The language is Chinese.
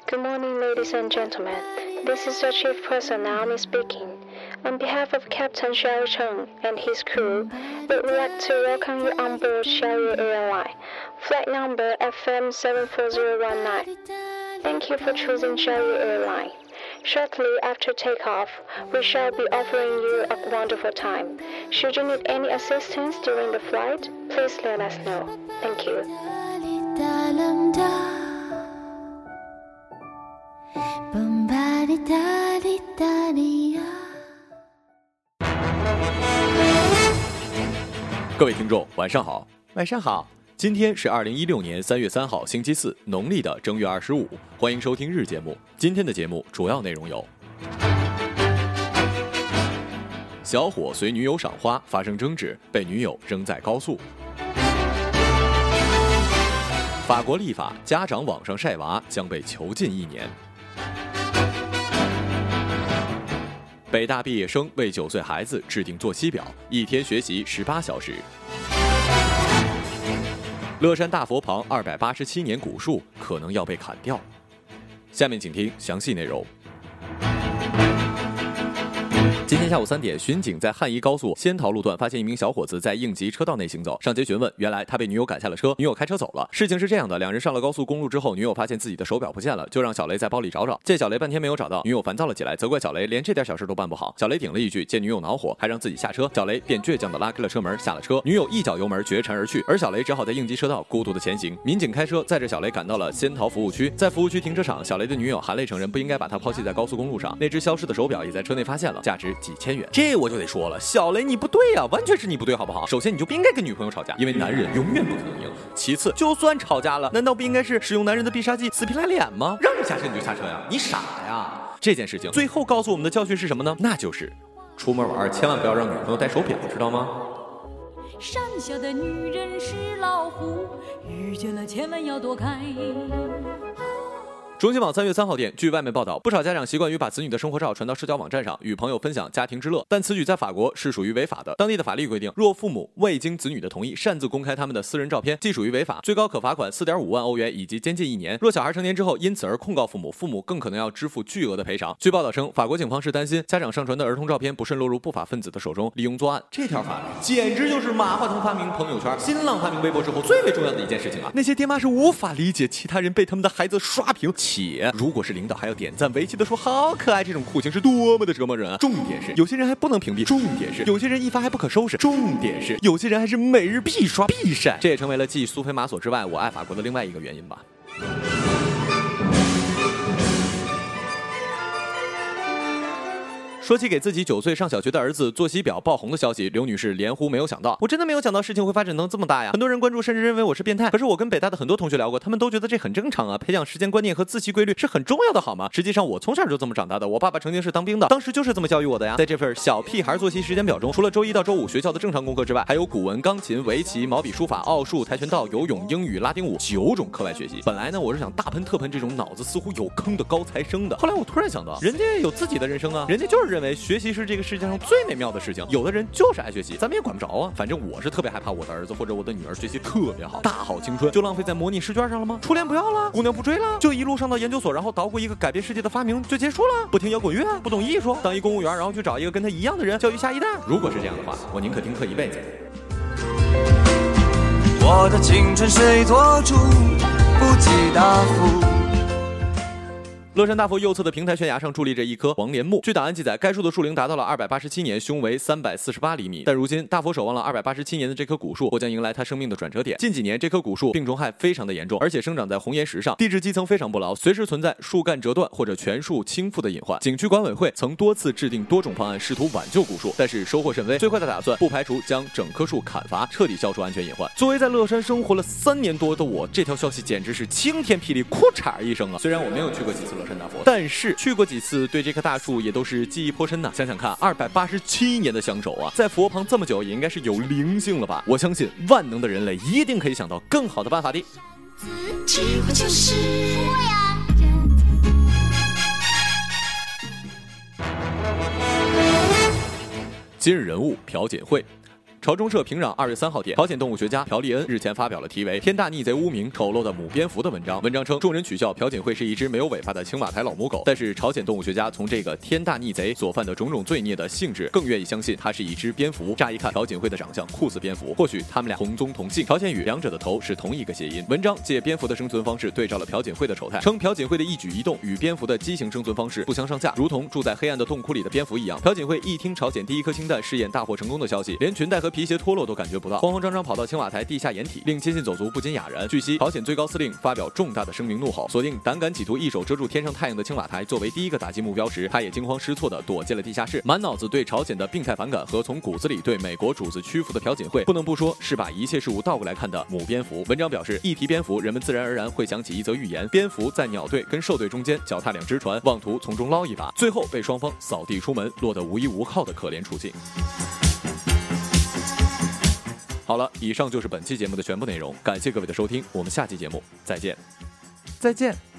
Good morning, ladies and gentlemen. This is the Chief Person Naomi speaking. On behalf of Captain Xiao Cheng and his crew, we would like to welcome you on board Xiaoyu Airline, flight number FM 74019. Thank you for choosing Xiaoyu Airline. Shortly after takeoff, we shall be offering you a wonderful time. Should you need any assistance during the flight, please let us know. Thank you. 各位听众晚上好。 晚上好。 今天是2016年3月3号星期四，农历的正月25，欢迎收听日节目。今天的节目主要内容有：小伙随女友赏花发生争执，被女友扔在高速；法国立法，家长网上晒娃将被囚禁1年；北大毕业生为9岁孩子制定作息表，1天学习18小时；乐山大佛旁287年古树可能要被砍掉。下面请听详细内容。今天下午3点，巡警在汉宜高速仙桃路段发现一名小伙子在应急车道内行走，上前询问，原来他被女友赶下了车，女友开车走了。事情是这样的，两人上了高速公路之后，女友发现自己的手表不见了，就让小雷在包里找找。见小雷半天没有找到，女友烦躁了起来，责怪小雷连这点小事都办不好。小雷顶了一句，见女友恼火，还让自己下车，小雷便倔强地拉开了车门，下了车。女友一脚油门绝尘而去，而小雷只好在应急车道孤独地前行。民警开车载着小雷赶到了仙桃服务区，在服务区停车场，小雷的女友含泪承认不应该把他抛弃在高速公路上，那只消失的手表也在车内发现了，价值几千元。这我就得说了，小雷你不对啊，完全是你不对好不好？首先你就不应该跟女朋友吵架，因为男人永远不可能赢。其次，就算吵架了，难道不应该是使用男人的必杀技死皮赖脸吗？让你下车你就下车呀，你傻呀！这件事情最后告诉我们的教训是什么呢？那就是出门玩千万不要让女朋友戴手表，知道吗？ 山下的女人是老虎，遇见了千万要躲开。 中新网3月3号电，据外媒报道，不少家长习惯于把子女的生活照传到社交网站上，与朋友分享家庭之乐，但此举在法国是属于违法的。当地的法律规定，若父母未经子女的同意擅自公开他们的私人照片，即属于违法，最高可罚款4.5万欧元以及监禁1年。若小孩成年之后因此而控告父母，父母更可能要支付巨额的赔偿。据报道称，法国警方是担心家长上传的儿童照片不慎落入不法分子的手中，利用作案。这条法律简直就是马化腾发明朋友圈、新浪发明微博之后最为重要的一件事情啊！那些爹妈是无法理解其他人被他们的孩子刷屏，且如果是领导还要点赞委屈的说好可爱，这种酷刑是多么的折磨人啊！重点是有些人还不能屏蔽，重点是有些人一发还不可收拾，重点是有些人还是每日必刷必晒，这也成为了继苏菲玛索之外我爱法国的另外一个原因吧。说起给自己9岁上小学的儿子作息表爆红的消息，刘女士连呼没有想到，我真的没有想到事情会发展成这么大呀！很多人关注，甚至认为我是变态。可是我跟北大的很多同学聊过，他们都觉得这很正常啊，培养时间观念和自习规律是很重要的，好吗？实际上我从小就这么长大的，我爸爸曾经是当兵的，当时就是这么教育我的呀。在这份小屁孩作息时间表中，除了周1到周5学校的正常功课之外，还有古文、钢琴、围棋、毛笔书法、奥数、跆拳道、游泳、英语、拉丁舞9种课外学习。本来呢，我是想大喷特喷这种脑子似乎有坑的高材生的，后来我突然想到，人家有自己的人生啊，人家就是认为学习是这个世界上最美妙的事情，有的人就是爱学习，咱们也管不着啊。反正我是特别害怕我的儿子或者我的女儿学习特别好，大好青春就浪费在模拟试卷上了吗？初恋不要了，姑娘不追了，就一路上到研究所，然后捣鼓一个改变世界的发明就结束了？不听摇滚乐，不懂艺术，当一公务员，然后去找一个跟他一样的人教育下一代？如果是这样的话，我宁可听课一辈子。 我的青春水做主，不计大福。 乐山大佛右侧的平台悬崖上伫立着一棵黄连木，据档案记载，该树的树龄达到了287年，胸围348厘米。但如今大佛守望了287年的这棵古树，或将迎来它生命的转折点。近几年，这棵古树病虫害非常的严重，而且生长在红岩石上，地质基层非常不牢，随时存在树干折断或者全树倾覆的隐患。景区管委会曾多次制定多种方案，试图挽救古树，但是收获甚微。最快的打算不排除将整棵树砍伐，彻底消除安全隐患。作为在乐山生活了3年多的我，这条消息简直是晴天霹雳，哭嚓一声啊！虽然我没有去过几次乐山大佛，但是去过几次，对这棵大树也都是记忆颇深呐。想想看，287年的相守啊，在佛旁这么久，也应该是有灵性了吧？我相信万能的人类一定可以想到更好的办法的。 智慧就是我呀。 今日人物朴槿惠。 朝中社平壤2月3号电，朝鲜动物学家朴利恩日前发表了题为《天大逆贼污名，丑陋的母蝙蝠》的文章。文章称，众人取笑朴槿惠是一只没有尾巴的青瓦台老母狗，但是朝鲜动物学家从这个天大逆贼所犯的种种罪孽的性质，更愿意相信它是一只蝙蝠。乍一看，朴槿惠的长相酷似蝙蝠，或许他们俩同宗同姓。朝鲜语两者的头是同一个谐音。文章借蝙蝠的生存方式对照了朴槿惠的丑态，称朴槿惠的一举一动与蝙蝠的畸形生存方式不相上下，如同住在黑暗的洞窟里的蝙蝠一样。朴槿惠一听朝鲜第一颗氢弹试验大获成功的消息，连裙带和皮鞋脱落都感觉不到，慌慌张张跑到青瓦台地下掩体，令亲信走卒不禁哑然。据悉，朝鲜最高司令发表重大的声明怒吼，锁定胆敢企图一手遮住天上太阳的青瓦台作为第一个打击目标时，他也惊慌失措地躲进了地下室。满脑子对朝鲜的病态反感和从骨子里对美国主子屈服的朴槿惠，不能不说是把一切事物倒过来看的母蝙蝠。文章表示，一提蝙蝠，人们自然而然会想起一则寓言：蝙蝠在鸟队跟兽队中间脚踏2只船，妄图从中捞一把，最后被双方扫地出门，落得无依无靠的可怜处境。好了，以上就是本期节目的全部内容，感谢各位的收听，我们下期节目再见。再见。